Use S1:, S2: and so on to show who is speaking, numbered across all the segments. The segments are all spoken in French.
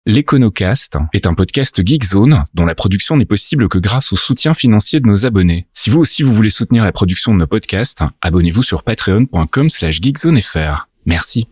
S1: L'Econocast est un podcast Geekzone dont la production n'est possible que grâce au soutien financier de nos abonnés. Si vous aussi vous voulez soutenir la production de nos podcasts, abonnez-vous sur patreon.com/geekzonefr. Merci.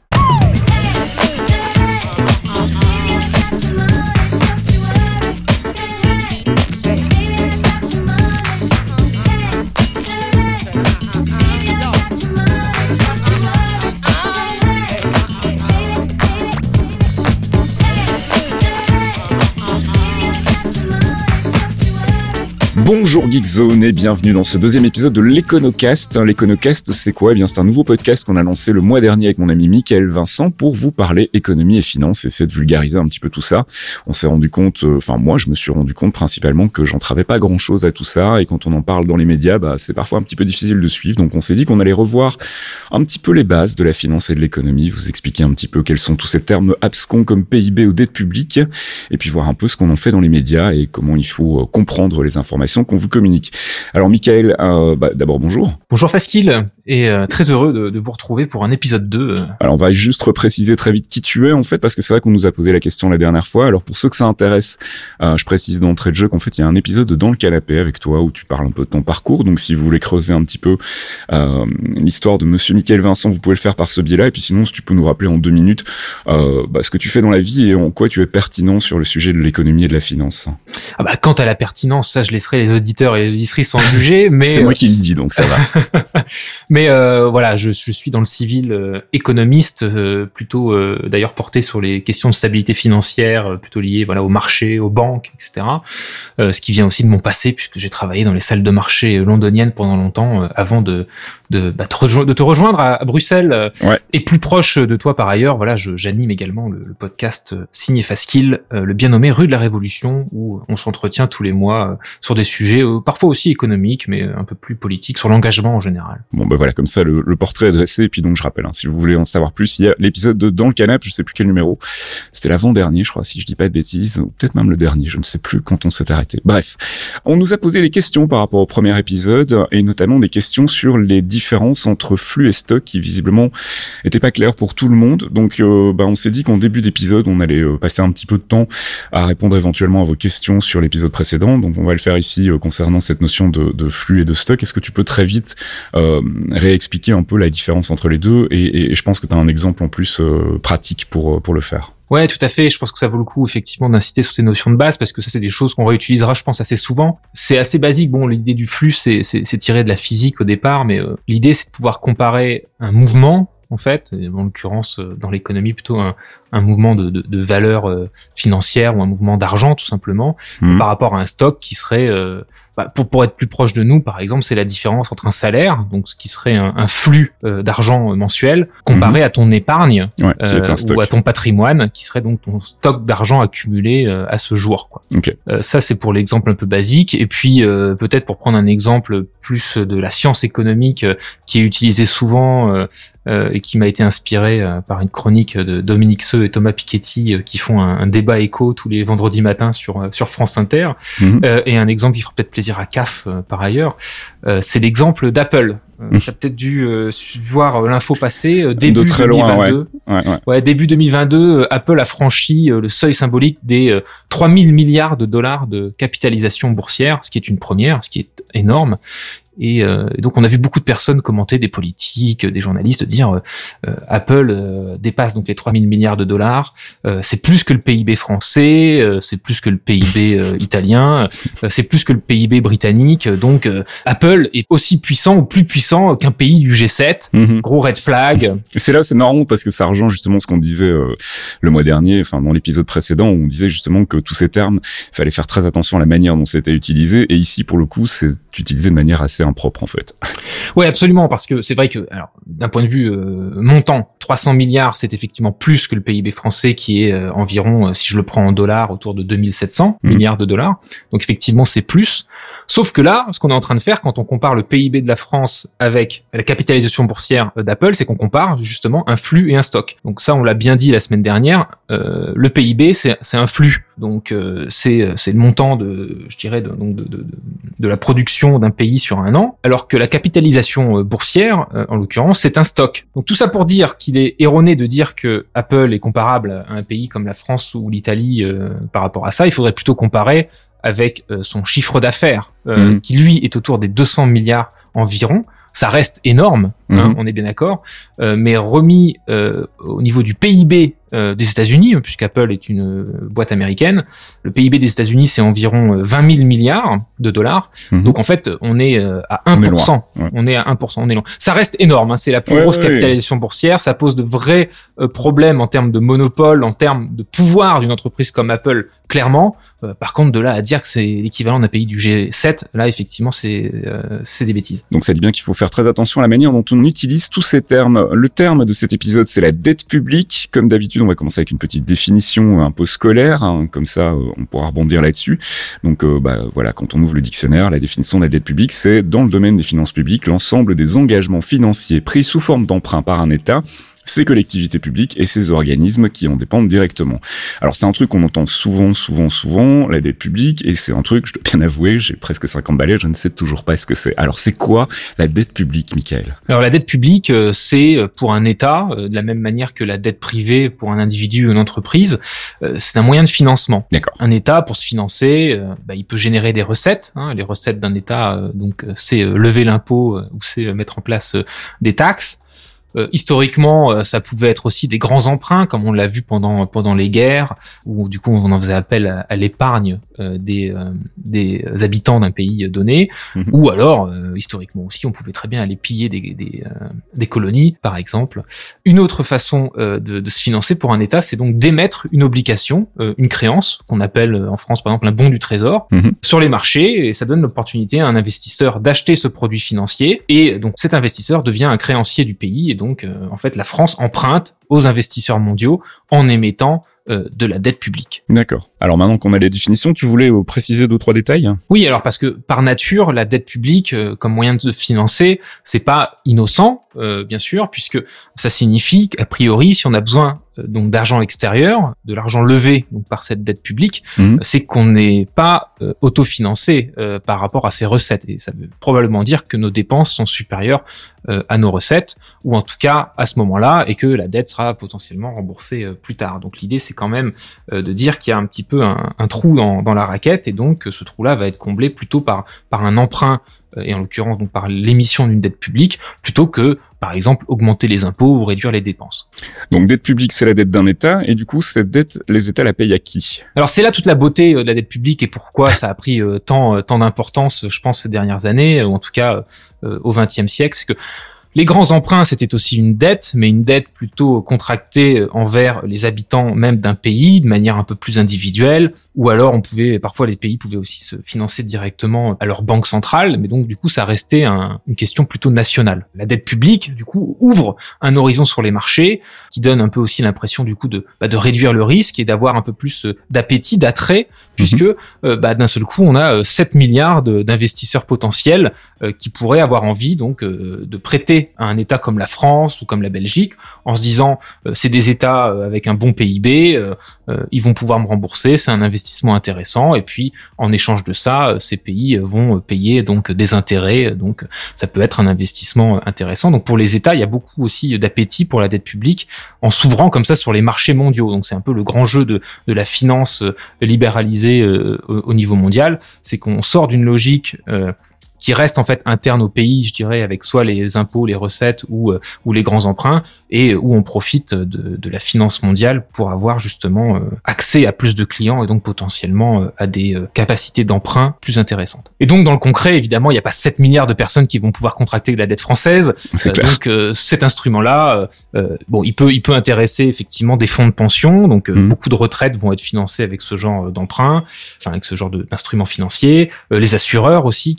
S1: Bonjour Geekzone et bienvenue dans ce deuxième épisode de l'Econocast. L'Econocast, c'est quoi ? Eh bien, c'est un nouveau podcast qu'on a lancé le mois dernier avec mon ami Mickaël Vincent pour vous parler économie et finance, essayer de vulgariser un petit peu tout ça. On s'est rendu compte, moi je me suis rendu compte principalement que j'entravais pas grand chose à tout ça et quand on en parle dans les médias, c'est parfois un petit peu difficile de suivre. Donc on s'est dit qu'on allait revoir un petit peu les bases de la finance et de l'économie, vous expliquer un petit peu quels sont tous ces termes abscons comme PIB ou dette publique et puis voir un peu ce qu'on en fait dans les médias et comment il faut comprendre les informations qu'on vous communique. Alors Mickaël, d'abord bonjour.
S2: Bonjour Fasquille, et très heureux de vous retrouver pour un épisode 2.
S1: Alors on va juste repréciser très vite qui tu es en fait, parce que c'est vrai qu'on nous a posé la question la dernière fois. Alors pour ceux que ça intéresse, je précise d'entrée de jeu qu'en fait il y a un épisode dans le canapé avec toi où tu parles un peu de ton parcours, donc si vous voulez creuser un petit peu l'histoire de monsieur Mickaël Vincent, vous pouvez le faire par ce biais-là, et puis sinon si tu peux nous rappeler en 2 minutes ce que tu fais dans la vie et en quoi tu es pertinent sur le sujet de l'économie et de la finance.
S2: Quant à la pertinence, ça je laisserai les auditeurs et les auditrices en juger, mais
S1: c'est moi qui le dis, donc ça va.
S2: Mais voilà, je suis dans le civil économiste, plutôt d'ailleurs porté sur les questions de stabilité financière, plutôt liées au marché, aux banques, etc. Ce qui vient aussi de mon passé, puisque j'ai travaillé dans les salles de marché londoniennes pendant longtemps, avant de te rejoindre à Bruxelles.
S1: Ouais.
S2: Et plus proche de toi par ailleurs, j'anime également le podcast signé Fasquille, le bien nommé Rue de la Révolution, où on s'entretient tous les mois sur des sujets parfois aussi économiques, mais un peu plus politiques, sur l'engagement en général.
S1: Bon voilà, comme ça le portrait est dressé, et puis donc je rappelle, si vous voulez en savoir plus, il y a l'épisode de Dans le canapé, je sais plus quel numéro, c'était l'avant-dernier je crois, si je dis pas de bêtises, ou peut-être même le dernier, je ne sais plus quand on s'est arrêté. Bref, on nous a posé des questions par rapport au premier épisode, et notamment des questions sur les différences entre flux et stock qui visiblement étaient pas claires pour tout le monde, donc on s'est dit qu'en début d'épisode on allait passer un petit peu de temps à répondre éventuellement à vos questions sur l'épisode précédent, donc on va le faire ici concernant cette notion de flux et de stock. Est-ce que tu peux très vite réexpliquer un peu la différence entre les deux et je pense que tu as un exemple en plus pratique pour le faire.
S2: Ouais, tout à fait. Je pense que ça vaut le coup, effectivement, d'insister sur ces notions de base, parce que ça, c'est des choses qu'on réutilisera, je pense, assez souvent. C'est assez basique. Bon, l'idée du flux, c'est tiré de la physique au départ, mais l'idée, c'est de pouvoir comparer un mouvement, en fait, et en l'occurrence, dans l'économie, plutôt un mouvement de valeur financière ou un mouvement d'argent, tout simplement, par rapport à un stock qui serait... pour être plus proche de nous, par exemple, c'est la différence entre un salaire, donc ce qui serait un flux d'argent mensuel, comparé à ton épargne ou à ton patrimoine, qui serait donc ton stock d'argent accumulé à ce jour, quoi.
S1: Okay.
S2: Ça, c'est pour l'exemple un peu basique. Et puis, peut-être pour prendre un exemple plus de la science économique qui est utilisée souvent et qui m'a été inspiré par une chronique de Dominique Seux et Thomas Piketty qui font un débat éco tous les vendredis matins sur France Inter. Et un exemple qui fera peut-être plaisir à CAF par ailleurs, c'est l'exemple d'Apple. Tu as peut-être dû voir l'info passer début 2022. Ouais, début 2022, Apple a franchi le seuil symbolique des 3000 milliards de dollars de capitalisation boursière, ce qui est une première, ce qui est énorme. Et donc on a vu beaucoup de personnes commenter, des politiques, des journalistes, dire Apple dépasse donc les 3000 milliards de dollars, c'est plus que le PIB français, c'est plus que le PIB italien, c'est plus que le PIB britannique, donc Apple est aussi puissant ou plus puissant qu'un pays du G7, gros red flag.
S1: Et c'est là où c'est marrant parce que ça rejoint justement ce qu'on disait le mois dernier, dans l'épisode précédent où on disait justement que tous ces termes, il fallait faire très attention à la manière dont c'était utilisé, et ici pour le coup c'est utilisé de manière assez impropre en fait.
S2: Ouais, absolument, parce que c'est vrai que, alors, d'un point de vue montant, 300 milliards, c'est effectivement plus que le PIB français qui est environ, si je le prends en dollars, autour de 2700 milliards de dollars. Donc effectivement, c'est plus. Sauf que là, ce qu'on est en train de faire quand on compare le PIB de la France avec la capitalisation boursière d'Apple, c'est qu'on compare justement un flux et un stock. Donc ça, on l'a bien dit la semaine dernière, le PIB, c'est un flux. Donc c'est le montant de la production d'un pays sur un an, alors que la capitalisation boursière, en l'occurrence, c'est un stock. Donc tout ça pour dire qu'il est erroné de dire que Apple est comparable à un pays comme la France ou l'Italie par rapport à ça. Il faudrait plutôt comparer avec son chiffre d'affaires, qui lui est autour des 200 milliards environ. Ça reste énorme, on est bien d'accord, mais remis au niveau du PIB des États-Unis, puisqu'Apple est une boîte américaine, le PIB des États-Unis c'est environ 20 000 milliards de dollars. Donc en fait, on est à 1%. On est à 1%, on est loin. Ça reste énorme, c'est la plus grosse capitalisation boursière. Ça pose de vrais problèmes en termes de monopole, en termes de pouvoir d'une entreprise comme Apple, clairement. Par contre, de là à dire que c'est l'équivalent d'un pays du G7, là, effectivement, c'est des bêtises.
S1: Donc, ça dit bien qu'il faut faire très attention à la manière dont on utilise tous ces termes. Le terme de cet épisode, c'est la dette publique. Comme d'habitude, on va commencer avec une petite définition un peu scolaire. Comme ça, on pourra rebondir là-dessus. Donc, voilà, quand on ouvre le dictionnaire, la définition de la dette publique, c'est dans le domaine des finances publiques, l'ensemble des engagements financiers pris sous forme d'emprunt par un État, ces collectivités publiques et ces organismes qui en dépendent directement. Alors c'est un truc qu'on entend souvent, la dette publique, et c'est un truc, je dois bien avouer, j'ai presque 50 balais, je ne sais toujours pas ce que c'est. Alors c'est quoi la dette publique, Michael ?
S2: Alors la dette publique, c'est pour un État, de la même manière que la dette privée pour un individu ou une entreprise, c'est un moyen de financement.
S1: D'accord.
S2: Un État, pour se financer, il peut générer des recettes. Les recettes d'un État, c'est lever l'impôt ou c'est mettre en place des taxes. Historiquement, ça pouvait être aussi des grands emprunts, comme on l'a vu pendant les guerres, où du coup on en faisait appel à l'épargne des habitants d'un pays donné, ou alors historiquement aussi on pouvait très bien aller piller des colonies, par exemple. Une autre façon de se financer pour un État, c'est donc d'émettre une obligation, une créance qu'on appelle en France par exemple un bon du trésor, sur les marchés, et ça donne l'opportunité à un investisseur d'acheter ce produit financier, et donc cet investisseur devient un créancier du pays. Et donc, en fait, la France emprunte aux investisseurs mondiaux en émettant de la dette publique.
S1: D'accord. Alors maintenant qu'on a les définitions, tu voulais préciser 2-3 détails ?
S2: Oui, alors parce que par nature, la dette publique comme moyen de se financer, c'est pas innocent, bien sûr, puisque ça signifie qu'a priori, si on a besoin donc d'argent extérieur, de l'argent levé donc par cette dette publique, c'est qu'on n'est pas autofinancé par rapport à ses recettes, et ça veut probablement dire que nos dépenses sont supérieures à nos recettes, ou en tout cas à ce moment-là, et que la dette sera potentiellement remboursée plus tard. Donc l'idée c'est quand même de dire qu'il y a un petit peu un trou dans la raquette, et donc ce trou-là va être comblé plutôt par un emprunt, et en l'occurrence donc par l'émission d'une dette publique, plutôt que par exemple augmenter les impôts ou réduire les dépenses.
S1: Donc dette publique, c'est la dette d'un État, et du coup cette dette, les États la payent à qui ?
S2: Alors c'est là toute la beauté de la dette publique, et pourquoi ça a pris tant d'importance, je pense, ces dernières années, ou en tout cas au XXe siècle, c'est que les grands emprunts, c'était aussi une dette, mais une dette plutôt contractée envers les habitants même d'un pays, de manière un peu plus individuelle, ou alors parfois les pays pouvaient aussi se financer directement à leur banque centrale, mais donc du coup ça restait une question plutôt nationale. La dette publique, du coup, ouvre un horizon sur les marchés, qui donne un peu aussi l'impression du coup de réduire le risque et d'avoir un peu plus d'appétit, d'attrait, puisque d'un seul coup on a 7 milliards d'investisseurs potentiels qui pourraient avoir envie donc de prêter à un État comme la France ou comme la Belgique, en se disant c'est des États avec un bon PIB, ils vont pouvoir me rembourser, c'est un investissement intéressant, et puis en échange de ça, ces pays vont payer donc des intérêts, donc ça peut être un investissement intéressant. Donc pour les États, il y a beaucoup aussi d'appétit pour la dette publique en s'ouvrant comme ça sur les marchés mondiaux. Donc c'est un peu le grand jeu de la finance libéralisée au niveau mondial, c'est qu'on sort d'une logique qui reste en fait interne au pays, je dirais, avec soit les impôts, les recettes ou les grands emprunts, et où on profite de la finance mondiale pour avoir justement accès à plus de clients et donc potentiellement à des capacités d'emprunt plus intéressantes. Et donc dans le concret, évidemment, il n'y a pas 7 milliards de personnes qui vont pouvoir contracter la dette française.
S1: C'est clair.
S2: Donc cet instrument-là, il peut intéresser effectivement des fonds de pension. Donc beaucoup de retraites vont être financées avec ce genre d'emprunt, enfin avec ce genre d'instruments financiers. Les assureurs aussi qui ont besoin d'investir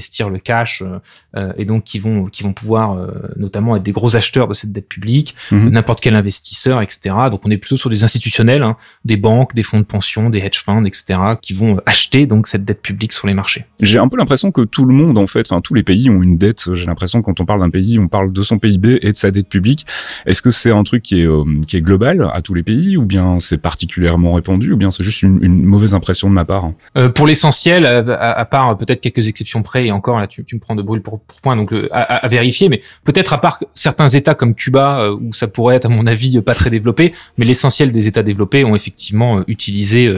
S2: investir le cash et donc qui vont pouvoir notamment être des gros acheteurs de cette dette publique, n'importe quel investisseur, etc. Donc on est plutôt sur des institutionnels, des banques, des fonds de pension, des hedge funds, etc. qui vont acheter donc cette dette publique sur les marchés.
S1: J'ai un peu l'impression que tout le monde, en fait, enfin tous les pays ont une dette. J'ai l'impression que quand on parle d'un pays, on parle de son PIB et de sa dette publique. Est-ce que c'est un truc qui est global à tous les pays, ou bien c'est particulièrement répandu, ou bien c'est juste une mauvaise impression de ma part?
S2: Pour l'essentiel, à part peut-être quelques exceptions près, et encore là tu me prends de brûle pour point, donc à vérifier, mais peut-être à part certains États comme Cuba où ça pourrait être à mon avis pas très développé, mais l'essentiel des États développés ont effectivement utilisé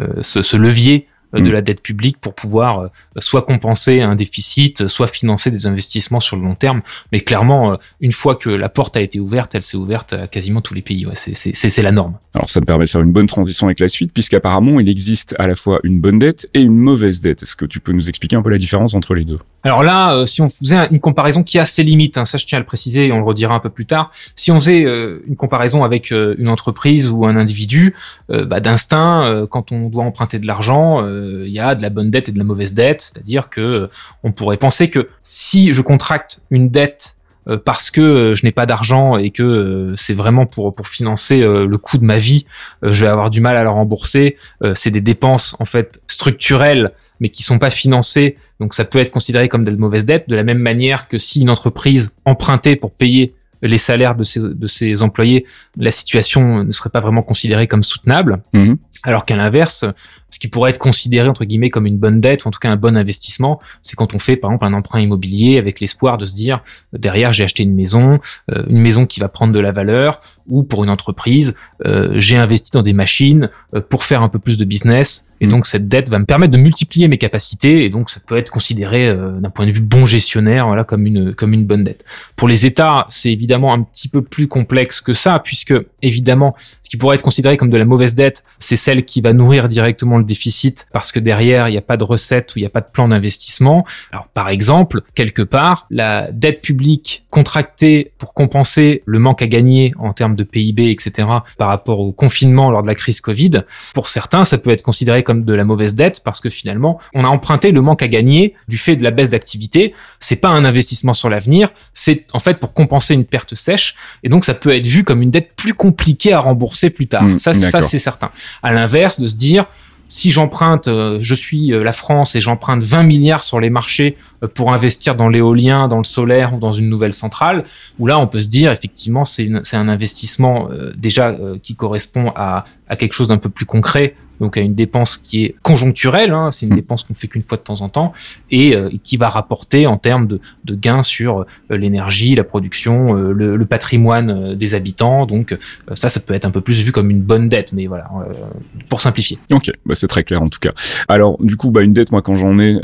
S2: ce levier de la dette publique pour pouvoir soit compenser un déficit, soit financer des investissements sur le long terme. Mais clairement, une fois que la porte a été ouverte, elle s'est ouverte à quasiment tous les pays. Ouais, c'est la norme.
S1: Alors ça me permet de faire une bonne transition avec la suite, puisqu'apparemment il existe à la fois une bonne dette et une mauvaise dette. Est-ce que tu peux nous expliquer un peu la différence entre les deux?
S2: Alors là, si on faisait une comparaison qui a ses limites, ça je tiens à le préciser et on le redira un peu plus tard, si on faisait une comparaison avec une entreprise ou un individu, d'instinct, quand on doit emprunter de l'argent, il y a de la bonne dette et de la mauvaise dette, c'est-à-dire que on pourrait penser que si je contracte une dette parce que je n'ai pas d'argent et que c'est vraiment pour financer le coût de ma vie, je vais avoir du mal à la rembourser, c'est des dépenses en fait structurelles mais qui sont pas financées, donc ça peut être considéré comme de la mauvaise dette, de la même manière que si une entreprise empruntait pour payer les salaires de ses employés, la situation ne serait pas vraiment considérée comme soutenable, alors qu'à l'inverse, ce qui pourrait être considéré entre guillemets comme une bonne dette ou en tout cas un bon investissement, c'est quand on fait par exemple un emprunt immobilier avec l'espoir de se dire derrière j'ai acheté une maison qui va prendre de la valeur, ou pour une entreprise j'ai investi dans des machines pour faire un peu plus de business et donc cette dette va me permettre de multiplier mes capacités et donc ça peut être considéré d'un point de vue bon gestionnaire voilà comme une bonne dette. Pour les États, c'est évidemment un petit peu plus complexe que ça puisque évidemment ce qui pourrait être considéré comme de la mauvaise dette, c'est celle qui va nourrir directement le déficit parce que derrière il n'y a pas de recettes ou il n'y a pas de plan d'investissement. Alors par exemple, quelque part, la dette publique contractée pour compenser le manque à gagner en termes de PIB, etc. par rapport au confinement lors de la crise Covid, pour certains ça peut être considéré comme de la mauvaise dette parce que finalement on a emprunté le manque à gagner du fait de la baisse d'activité. C'est pas un investissement sur l'avenir, c'est en fait pour compenser une perte sèche et donc ça peut être vu comme une dette plus compliquée à rembourser plus tard. Ça c'est certain. À l'inverse de se dire si j'emprunte, je suis la France et j'emprunte 20 milliards sur les marchés pour investir dans l'éolien, dans le solaire ou dans une nouvelle centrale, où là on peut se dire effectivement c'est un investissement déjà qui correspond à quelque chose d'un peu plus concret, donc à une dépense qui est conjoncturelle, c'est une dépense qu'on fait qu'une fois de temps en temps et qui va rapporter en termes de gains sur l'énergie, la production, le patrimoine des habitants. Donc ça peut être un peu plus vu comme une bonne dette, mais voilà, pour simplifier.
S1: Ok, c'est très clair en tout cas. Alors du coup, une dette, moi quand j'en ai,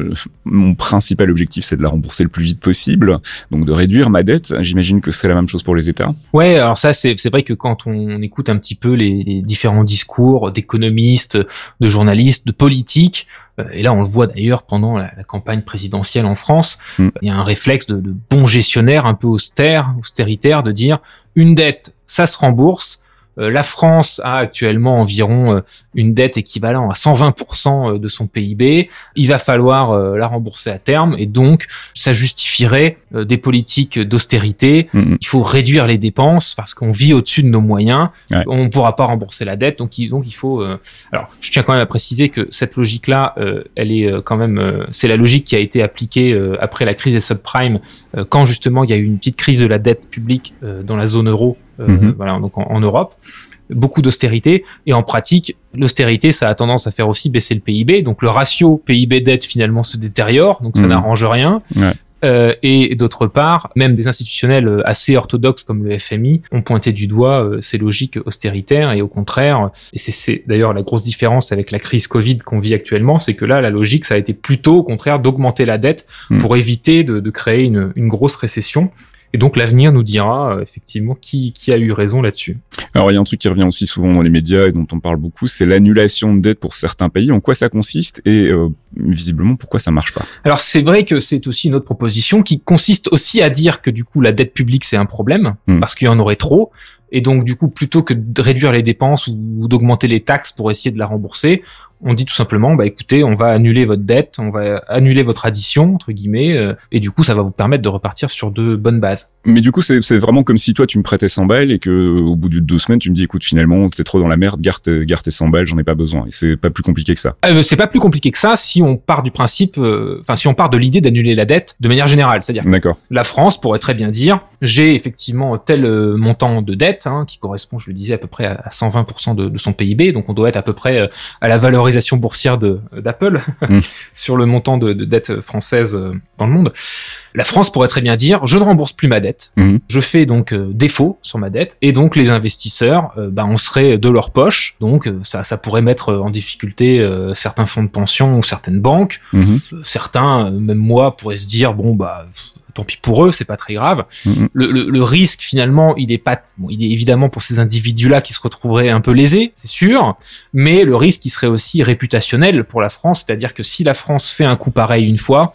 S1: mon principal objectif c'est de la rembourser le plus vite possible, donc de réduire ma dette. J'imagine que c'est la même chose pour les États.
S2: Ouais, alors ça c'est vrai que quand on écoute un petit peu les différents discours d'économistes, de journalistes, de politiques, et là on le voit d'ailleurs pendant la campagne présidentielle en France, il y a un réflexe de bon gestionnaire un peu austéritaire de dire une dette ça se rembourse. La France a actuellement environ une dette équivalente à 120% de son PIB. Il va falloir la rembourser à terme et donc ça justifierait des politiques d'austérité. Il faut réduire les dépenses parce qu'on vit au-dessus de nos moyens. Ouais. On ne pourra pas rembourser la dette, donc il faut. Alors, je tiens quand même à préciser que cette logique-là, elle est quand même. C'est la logique qui a été appliquée après la crise des subprimes, quand justement il y a eu une petite crise de la dette publique dans la zone euro. Voilà, donc en Europe, beaucoup d'austérité et en pratique, l'austérité, ça a tendance à faire aussi baisser le PIB. Donc le ratio PIB-dette finalement se détériore, donc ça n'arrange rien. Ouais. Et d'autre part, même des institutionnels assez orthodoxes comme le FMI ont pointé du doigt ces logiques austéritaires et au contraire, et c'est d'ailleurs la grosse différence avec la crise Covid qu'on vit actuellement, c'est que là, la logique, ça a été plutôt au contraire d'augmenter la dette pour éviter de créer une grosse récession. Et donc l'avenir nous dira effectivement qui a eu raison là-dessus.
S1: Alors il y a un truc qui revient aussi souvent dans les médias et dont on parle beaucoup, c'est l'annulation de dette pour certains pays. En quoi ça consiste et visiblement pourquoi ça marche pas?
S2: Alors c'est vrai que c'est aussi une autre proposition qui consiste aussi à dire que du coup la dette publique c'est un problème parce qu'il y en aurait trop. Et donc, du coup, plutôt que de réduire les dépenses ou d'augmenter les taxes pour essayer de la rembourser, On dit tout simplement, écoutez, on va annuler votre dette, on va annuler votre addition, entre guillemets, et du coup, ça va vous permettre de repartir sur de bonnes bases.
S1: Mais du coup, c'est vraiment comme si toi, tu me prêtais 100 balles et que au bout de 2 semaines, tu me dis, écoute, finalement, t'es trop dans la merde, garde tes 100 balles, j'en ai pas besoin. Et c'est pas plus compliqué que ça.
S2: C'est pas plus compliqué que ça si on part du principe, si on part de l'idée d'annuler la dette de manière générale. C'est-à-dire,
S1: d'accord.
S2: La France pourrait très bien dire, j'ai effectivement tel montant de dette, qui correspond, je le disais, à peu près à 120% de son PIB, donc on doit être à peu près à la valorisation boursière d'Apple sur le montant de dette française dans le monde. La France pourrait très bien dire, je ne rembourse plus ma dette, je fais donc défaut sur ma dette, et donc les investisseurs, on serait de leur poche, donc ça pourrait mettre en difficulté certains fonds de pension ou certaines banques, certains, même moi, pourraient se dire, tant pis pour eux, c'est pas très grave. Le risque, finalement, il est évidemment pour ces individus-là qui se retrouveraient un peu lésés, c'est sûr, mais le risque, il serait aussi réputationnel pour la France, c'est-à-dire que si la France fait un coup pareil une fois,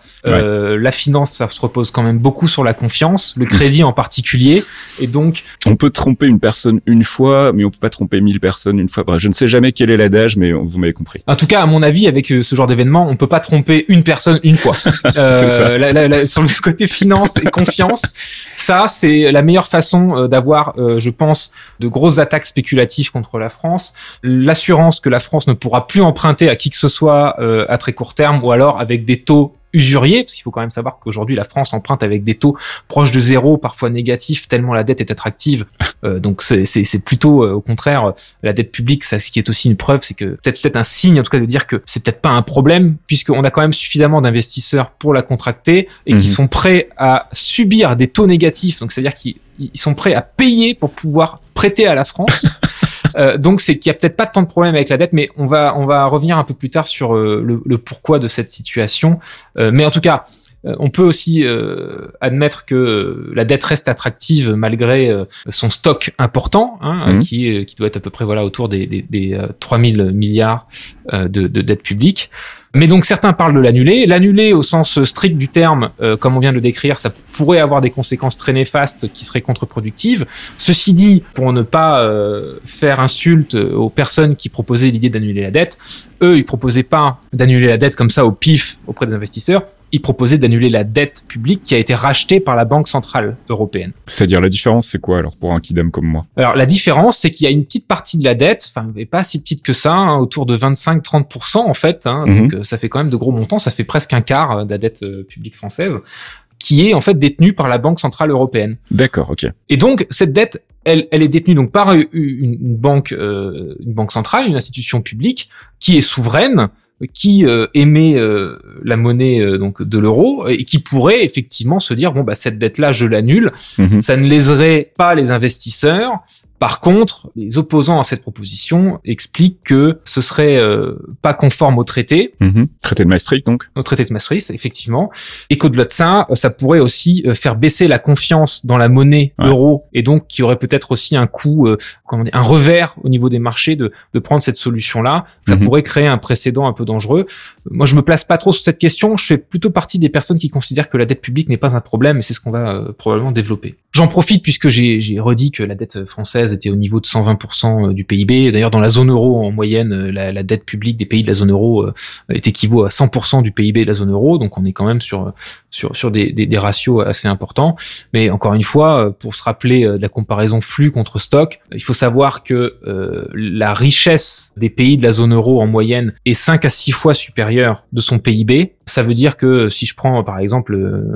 S2: la finance, ça se repose quand même beaucoup sur la confiance, le crédit en particulier, et donc...
S1: On peut tromper une personne une fois, mais on peut pas tromper 1000 personnes une fois. Bref, je ne sais jamais quel est l'adage, mais vous m'avez compris.
S2: En tout cas, à mon avis, avec ce genre d'événement, on peut pas tromper une personne une fois.
S1: C'est ça.
S2: Sur le côté finance et confiance, ça c'est la meilleure façon d'avoir, je pense, de grosses attaques spéculatives contre la France. L'assurance que la France ne pourra plus emprunter à qui que ce soit à très court terme, ou alors avec des taux usurier, parce qu'il faut quand même savoir qu'aujourd'hui la France emprunte avec des taux proches de zéro, parfois négatifs, tellement la dette est attractive. Donc c'est plutôt au contraire la dette publique, ça, ce qui est aussi une preuve, c'est que peut-être un signe en tout cas de dire que c'est peut-être pas un problème, puisqu'on a quand même suffisamment d'investisseurs pour la contracter et qui sont prêts à subir des taux négatifs. Donc c'est-à-dire qu'ils sont prêts à payer pour pouvoir prêter à la France. Donc c'est qu'il y a peut-être pas tant de problèmes avec la dette, mais on va revenir un peu plus tard sur le pourquoi de cette situation. Mais en tout cas, on peut aussi admettre que la dette reste attractive malgré son stock important, qui doit être à peu près autour des 3 000 milliards de dettes publiques. Mais donc certains parlent de l'annuler. L'annuler au sens strict du terme, comme on vient de le décrire, ça pourrait avoir des conséquences très néfastes qui seraient contre-productives. Ceci dit, pour ne pas faire insulte aux personnes qui proposaient l'idée d'annuler la dette, eux, ils proposaient pas d'annuler la dette comme ça au pif auprès des investisseurs. Ils proposaient d'annuler la dette publique qui a été rachetée par la Banque Centrale Européenne.
S1: C'est-à-dire, la différence, c'est quoi, alors, pour un kidam comme moi?
S2: Alors, la différence, c'est qu'il y a une petite partie de la dette, mais pas si petite que ça, autour de 25-30%, en fait, donc ça fait quand même de gros montants, ça fait presque un quart de la dette publique française, qui est, en fait, détenue par la Banque Centrale Européenne.
S1: D'accord, ok.
S2: Et donc, cette dette, elle est détenue donc par une banque centrale, une institution publique, qui est souveraine, qui émet la monnaie donc de l'euro et qui pourrait effectivement se dire cette dette-là je l'annule, ça ne léserait pas les investisseurs. Par contre, les opposants à cette proposition expliquent que ce serait pas conforme au traité.
S1: Traité de Maastricht, donc.
S2: Au traité de Maastricht, effectivement. Et qu'au-delà de ça, ça pourrait aussi faire baisser la confiance dans la monnaie euro, et donc qui aurait peut-être aussi un coût, un revers au niveau des marchés de prendre cette solution-là. Ça pourrait créer un précédent un peu dangereux. Moi, je me place pas trop sur cette question. Je fais plutôt partie des personnes qui considèrent que la dette publique n'est pas un problème, et c'est ce qu'on va probablement développer. J'en profite puisque j'ai redit que la dette française était au niveau de 120% du PIB. D'ailleurs, dans la zone euro, en moyenne, la dette publique des pays de la zone euro est équivaut à 100% du PIB de la zone euro. Donc, on est quand même sur des ratios assez importants. Mais encore une fois, pour se rappeler de la comparaison flux contre stock, il faut savoir que la richesse des pays de la zone euro en moyenne est 5 à 6 fois supérieure de son PIB. Ça veut dire que si je prends par exemple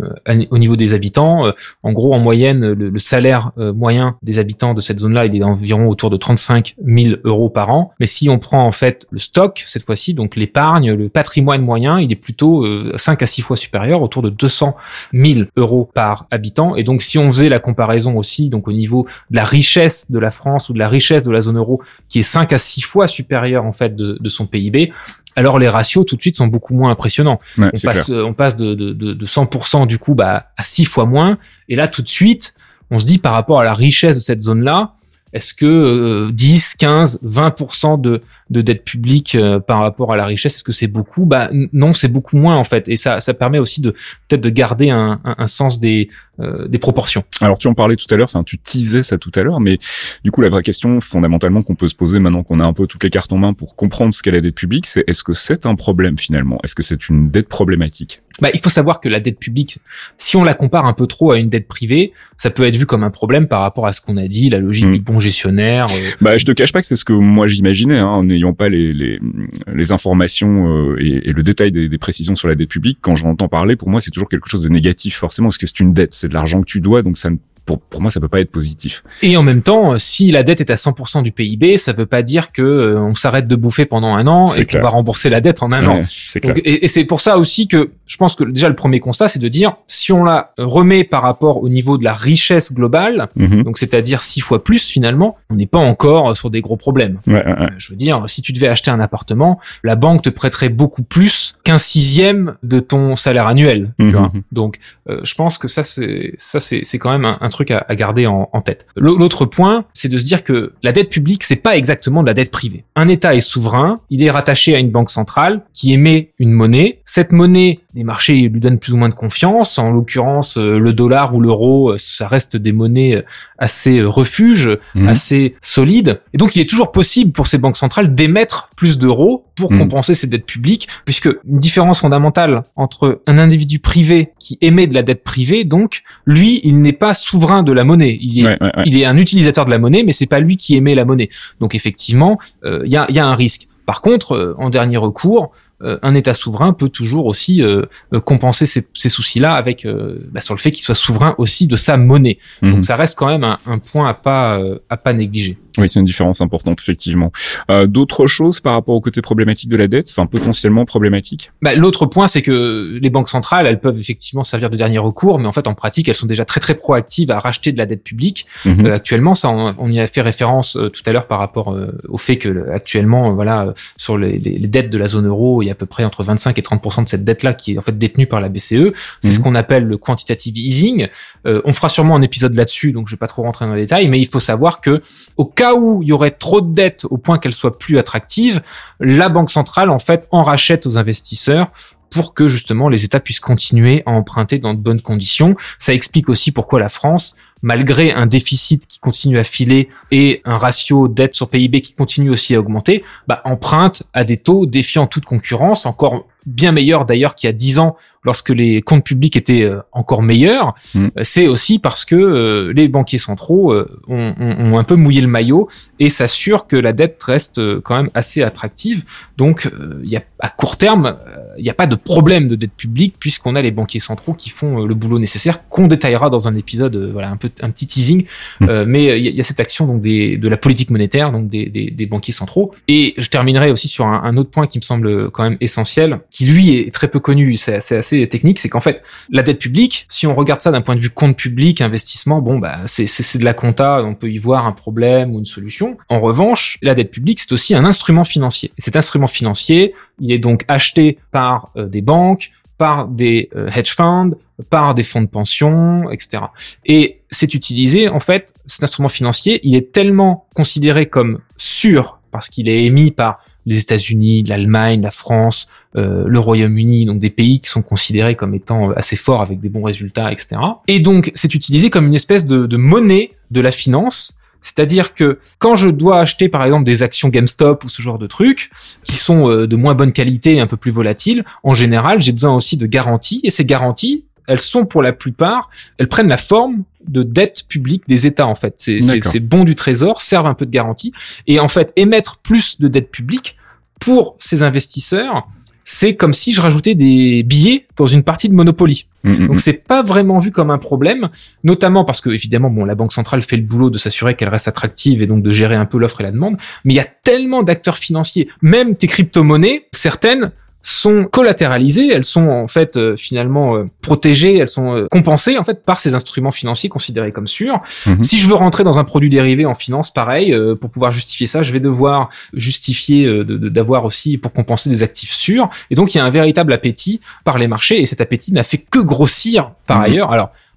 S2: au niveau des habitants, en gros en moyenne le salaire moyen des habitants de cette zone-là, il est d'environ autour de 35 000 euros par an. Mais si on prend en fait le stock cette fois-ci, donc l'épargne, le patrimoine moyen, il est plutôt 5 à 6 fois supérieur, autour de 200 000 euros par habitant. Et donc si on faisait la comparaison aussi donc au niveau de la richesse de la France ou de la richesse de la zone euro, qui est 5 à 6 fois supérieure en fait de son PIB, alors les ratios tout de suite sont beaucoup moins impressionnants.
S1: Ouais,
S2: on passe de 100% du coup à 6 fois moins. Et là tout de suite, on se dit par rapport à la richesse de cette zone-là, est-ce que 10, 15, 20% de dette publique par rapport à la richesse, est-ce que c'est beaucoup? Non, c'est beaucoup moins en fait, et ça permet aussi peut-être de garder un sens des proportions.
S1: Alors tu en parlais tout à l'heure, tu teasais ça tout à l'heure, mais du coup la vraie question fondamentalement qu'on peut se poser maintenant qu'on a un peu toutes les cartes en main pour comprendre ce qu'est la dette publique, c'est est-ce que c'est un problème finalement? Est-ce que c'est une dette problématique?
S2: Il faut savoir que la dette publique, si on la compare un peu trop à une dette privée, ça peut être vu comme un problème par rapport à ce qu'on a dit, la logique du bon gestionnaire.
S1: Je te cache pas que c'est ce que moi j'imaginais, en n'ayant pas les informations et le détail des précisions sur la dette publique. Quand j'en entends parler, pour moi c'est toujours quelque chose de négatif forcément, parce que c'est une dette, c'est de l'argent que tu dois, donc ça ne pour moi, ça peut pas être positif.
S2: Et en même temps, si la dette est à 100% du PIB, ça veut pas dire que on s'arrête de bouffer pendant un an et qu'on va rembourser la dette en un an. Donc, et c'est pour ça aussi que je pense que déjà le premier constat, c'est de dire si on la remet par rapport au niveau de la richesse globale, donc c'est-à-dire 6 fois plus finalement, on n'est pas encore sur des gros problèmes. Je veux dire, si tu devais acheter un appartement, la banque te prêterait beaucoup plus qu'un 1/6 de ton salaire annuel. Tu vois. Donc, je pense que ça c'est quand même un truc à garder en tête. L'autre point, c'est de se dire que la dette publique, c'est pas exactement de la dette privée. Un État est souverain, il est rattaché à une banque centrale qui émet une monnaie. Cette monnaie, les marchés lui donnent plus ou moins de confiance. En l'occurrence, le dollar ou l'euro, ça reste des monnaies assez refuges, assez solides. Et donc, il est toujours possible pour ces banques centrales d'émettre plus d'euros pour compenser ces dettes publiques, puisque une différence fondamentale entre un individu privé qui émet de la dette privée, donc, lui, il n'est pas souverain de la monnaie. Il est un utilisateur de la monnaie, mais c'est pas lui qui émet la monnaie. Donc, effectivement, il y a un risque. Par contre, en dernier recours, un État souverain peut toujours aussi compenser ces soucis-là avec sur le fait qu'il soit souverain aussi de sa monnaie. Donc ça reste quand même un point à pas négliger.
S1: Oui, c'est une différence importante, effectivement. D'autres choses par rapport au côté problématique de la dette, enfin potentiellement problématique?
S2: L'autre point, c'est que les banques centrales, elles peuvent effectivement servir de dernier recours, mais en fait, en pratique, elles sont déjà très très proactives à racheter de la dette publique. Actuellement, ça, on y a fait référence tout à l'heure par rapport au fait que actuellement, sur les dettes de la zone euro, il y a à peu près entre 25 et 30% de cette dette-là qui est en fait détenue par la BCE. C'est ce qu'on appelle le quantitative easing. On fera sûrement un épisode là-dessus, donc je vais pas trop rentrer dans les détails, mais il faut savoir que au cas où il y aurait trop de dettes au point qu'elles soient plus attractives, la banque centrale en fait en rachète aux investisseurs pour que justement les États puissent continuer à emprunter dans de bonnes conditions. Ça explique aussi pourquoi la France, malgré un déficit qui continue à filer et un ratio dette sur PIB qui continue aussi à augmenter, emprunte à des taux défiant toute concurrence, encore bien meilleurs d'ailleurs qu'il y a 10 ans lorsque les comptes publics étaient encore meilleurs. C'est aussi parce que les banquiers centraux ont un peu mouillé le maillot et s'assurent que la dette reste quand même assez attractive. Donc, à court terme, il n'y a pas de problème de dette publique puisqu'on a les banquiers centraux qui font le boulot nécessaire, qu'on détaillera dans un épisode, un petit teasing. Mais il y a cette action donc de la politique monétaire, donc des banquiers centraux. Et je terminerai aussi sur un autre point qui me semble quand même essentiel, qui lui est très peu connu, c'est assez technique, c'est qu'en fait, la dette publique, si on regarde ça d'un point de vue compte public, investissement, c'est de la compta, on peut y voir un problème ou une solution. En revanche, la dette publique, c'est aussi un instrument financier. Et cet instrument financier, il est donc acheté par des banques, par des hedge funds, par des fonds de pension, etc. Et c'est utilisé, en fait, cet instrument financier, il est tellement considéré comme sûr, parce qu'il est émis par les États-Unis, l'Allemagne, la France, le Royaume-Uni, donc des pays qui sont considérés comme étant assez forts avec des bons résultats, etc. Et donc, c'est utilisé comme une espèce de monnaie de la finance. C'est-à-dire que quand je dois acheter par exemple des actions GameStop ou ce genre de trucs qui sont de moins bonne qualité et un peu plus volatiles, en général, j'ai besoin aussi de garanties. Et ces garanties, elles sont pour la plupart, elles prennent la forme de dette publique des États en fait. Ces bons du Trésor servent un peu de garantie. Et en fait, émettre plus de dette publique pour ces investisseurs, c'est comme si je rajoutais des billets dans une partie de Monopoly. Donc c'est pas vraiment vu comme un problème, notamment parce que évidemment la banque centrale fait le boulot de s'assurer qu'elle reste attractive et donc de gérer un peu l'offre et la demande, mais il y a tellement d'acteurs financiers, même tes crypto-monnaies, certaines sont collatéralisées, elles sont en fait finalement protégées, elles sont compensées en fait par ces instruments financiers considérés comme sûrs. Si je veux rentrer dans un produit dérivé en finance, pareil, pour pouvoir justifier ça, je vais devoir justifier d'avoir aussi pour compenser des actifs sûrs. Et donc il y a un véritable appétit par les marchés et cet appétit n'a fait que grossir par ailleurs. Alors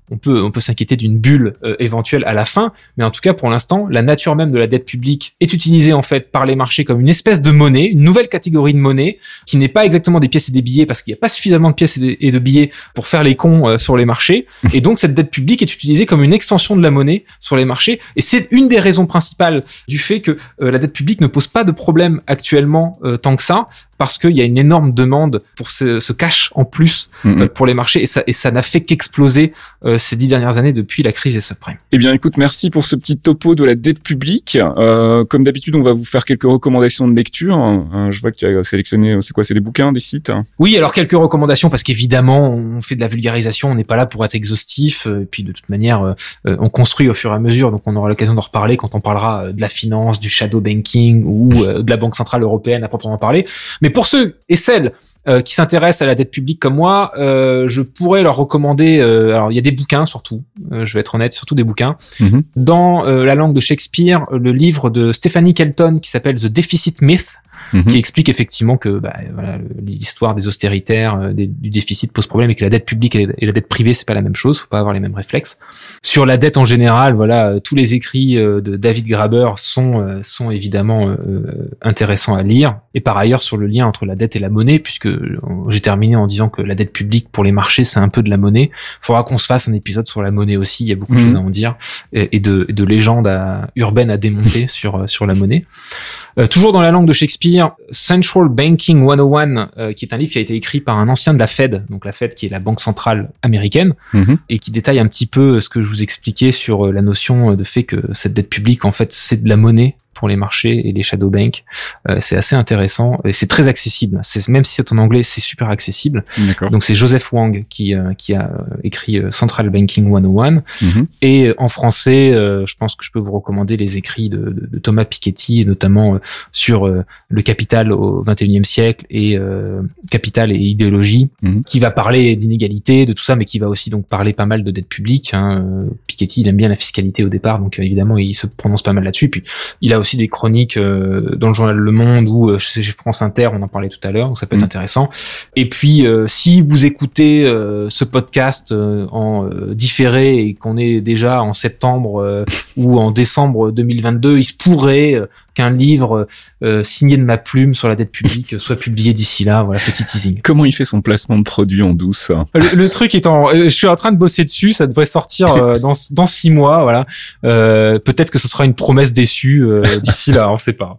S2: on peut s'inquiéter d'une bulle éventuelle à la fin, mais en tout cas pour l'instant, la nature même de la dette publique est utilisée en fait par les marchés comme une espèce de monnaie, une nouvelle catégorie de monnaie qui n'est pas exactement des pièces et des billets parce qu'il n'y a pas suffisamment de pièces et de billets pour faire les cons sur les marchés. Et donc cette dette publique est utilisée comme une extension de la monnaie sur les marchés. Et c'est une des raisons principales du fait que la dette publique ne pose pas de problème actuellement tant que ça, parce qu'il y a une énorme demande pour ce cash en plus pour les marchés, et ça n'a fait qu'exploser ces 10 dernières années depuis la crise des subprimes.
S1: Eh bien, écoute, merci pour ce petit topo de la dette publique. Comme d'habitude, on va vous faire quelques recommandations de lecture. Je vois que tu as sélectionné, c'est des bouquins, des sites?
S2: Oui, alors quelques recommandations, parce qu'évidemment, on fait de la vulgarisation, on n'est pas là pour être exhaustif, et puis de toute manière, on construit au fur et à mesure, donc on aura l'occasion d'en reparler quand on parlera de la finance, du shadow banking ou de la Banque Centrale Européenne à proprement parler. Mais pour ceux et celles qui s'intéressent à la dette publique comme moi, je pourrais leur recommander, alors il y a des bouquins surtout, je vais être honnête, surtout des bouquins. Dans la langue de Shakespeare, le livre de Stephanie Kelton qui s'appelle The Deficit Myth, qui explique effectivement que voilà, l'histoire des austéritaires, du déficit pose problème, et que la dette publique et la dette privée, c'est pas la même chose, faut pas avoir les mêmes réflexes. Sur la dette en général, voilà, tous les écrits de David Graeber sont évidemment intéressants à lire. Et par ailleurs, sur le lien entre la dette et la monnaie, puisque j'ai terminé en disant que la dette publique pour les marchés, c'est un peu de la monnaie. Faudra qu'on se fasse un épisode sur la monnaie aussi, il y a beaucoup de choses à en dire, et de légendes urbaines à démonter sur la monnaie. Toujours dans la langue de Shakespeare, Central Banking 101, qui est un livre qui a été écrit par un ancien de la Fed, donc la Fed qui est la banque centrale américaine, et qui détaille un petit peu ce que je vous expliquais sur la notion de fait que cette dette publique, en fait, c'est de la monnaie pour les marchés et les shadow banks. C'est assez intéressant et c'est très accessible. Même si c'est en anglais, c'est super accessible.
S1: D'accord.
S2: Donc c'est Joseph Wang qui a écrit Central Banking 101. Et en français, je pense que je peux vous recommander les écrits de Thomas Piketty, et notamment sur le capital au XXIe siècle et capital et idéologie, qui va parler d'inégalité, de tout ça, mais qui va aussi donc parler pas mal de dette publique. Piketty, il aime bien la fiscalité au départ, donc évidemment il se prononce pas mal là-dessus. Puis il a aussi des chroniques dans le journal Le Monde ou chez France Inter, on en parlait tout à l'heure, donc ça peut être intéressant. Et puis si vous écoutez ce podcast en différé et qu'on est déjà en septembre ou en décembre 2022, il se pourrait qu'un livre signé de ma plume sur la dette publique soit publié d'ici là. Voilà, petit teasing.
S1: Comment il fait son placement de produit en douce?
S2: Le truc est je suis en train de bosser dessus, ça devrait sortir dans 6 mois, voilà. Peut-être que ce sera une promesse déçue d'ici là, on sait pas.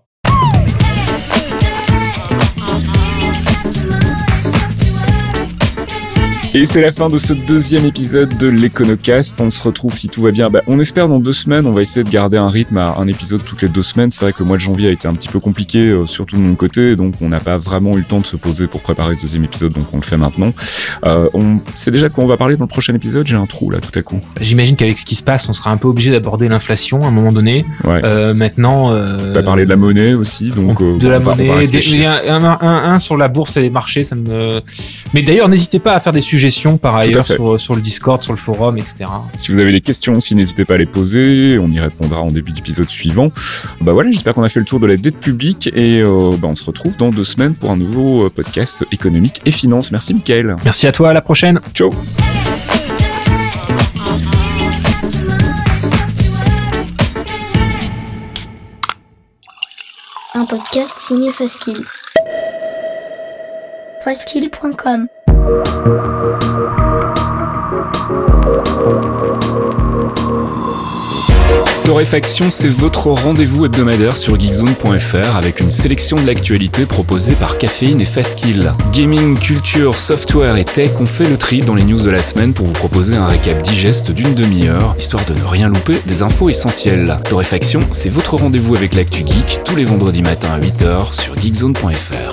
S1: Et c'est la fin de ce deuxième épisode de l'Econocast. On se retrouve, si tout va bien, on espère dans 2 semaines. On va essayer de garder un rythme à un épisode toutes les 2 semaines. C'est vrai que le mois de janvier a été un petit peu compliqué, surtout de mon côté, donc on n'a pas vraiment eu le temps de se poser pour préparer ce deuxième épisode, donc on le fait maintenant. On sait déjà de quoi on va parler dans le prochain épisode. J'ai un trou là tout à coup.
S2: J'imagine qu'avec ce qui se passe, on sera un peu obligé d'aborder l'inflation à un moment donné.
S1: Ouais.
S2: Maintenant,
S1: t'as parlé de la monnaie aussi, donc
S2: de la monnaie. Il y a un sur la bourse et les marchés, ça me. Mais d'ailleurs, n'hésitez pas à faire des suggestions par ailleurs sur le Discord, sur le forum, etc.
S1: Si vous avez des questions aussi, n'hésitez pas à les poser, on y répondra en début d'épisode suivant. Voilà, j'espère qu'on a fait le tour de la dette publique et on se retrouve dans 2 semaines pour un nouveau podcast économique et finance. Merci Mickaël.
S2: Merci à toi, à la prochaine.
S1: Ciao.
S3: Un podcast signé Faskill. Faskill.com.
S1: Torréfaction, c'est votre rendez-vous hebdomadaire sur geekzone.fr avec une sélection de l'actualité proposée par Caféine et Faskill. Gaming, culture, software et tech, on fait le tri dans les news de la semaine pour vous proposer un récap digeste d'une demi-heure, histoire de ne rien louper des infos essentielles. Torréfaction, c'est votre rendez-vous avec l'actu geek tous les vendredis matins à 8h sur geekzone.fr.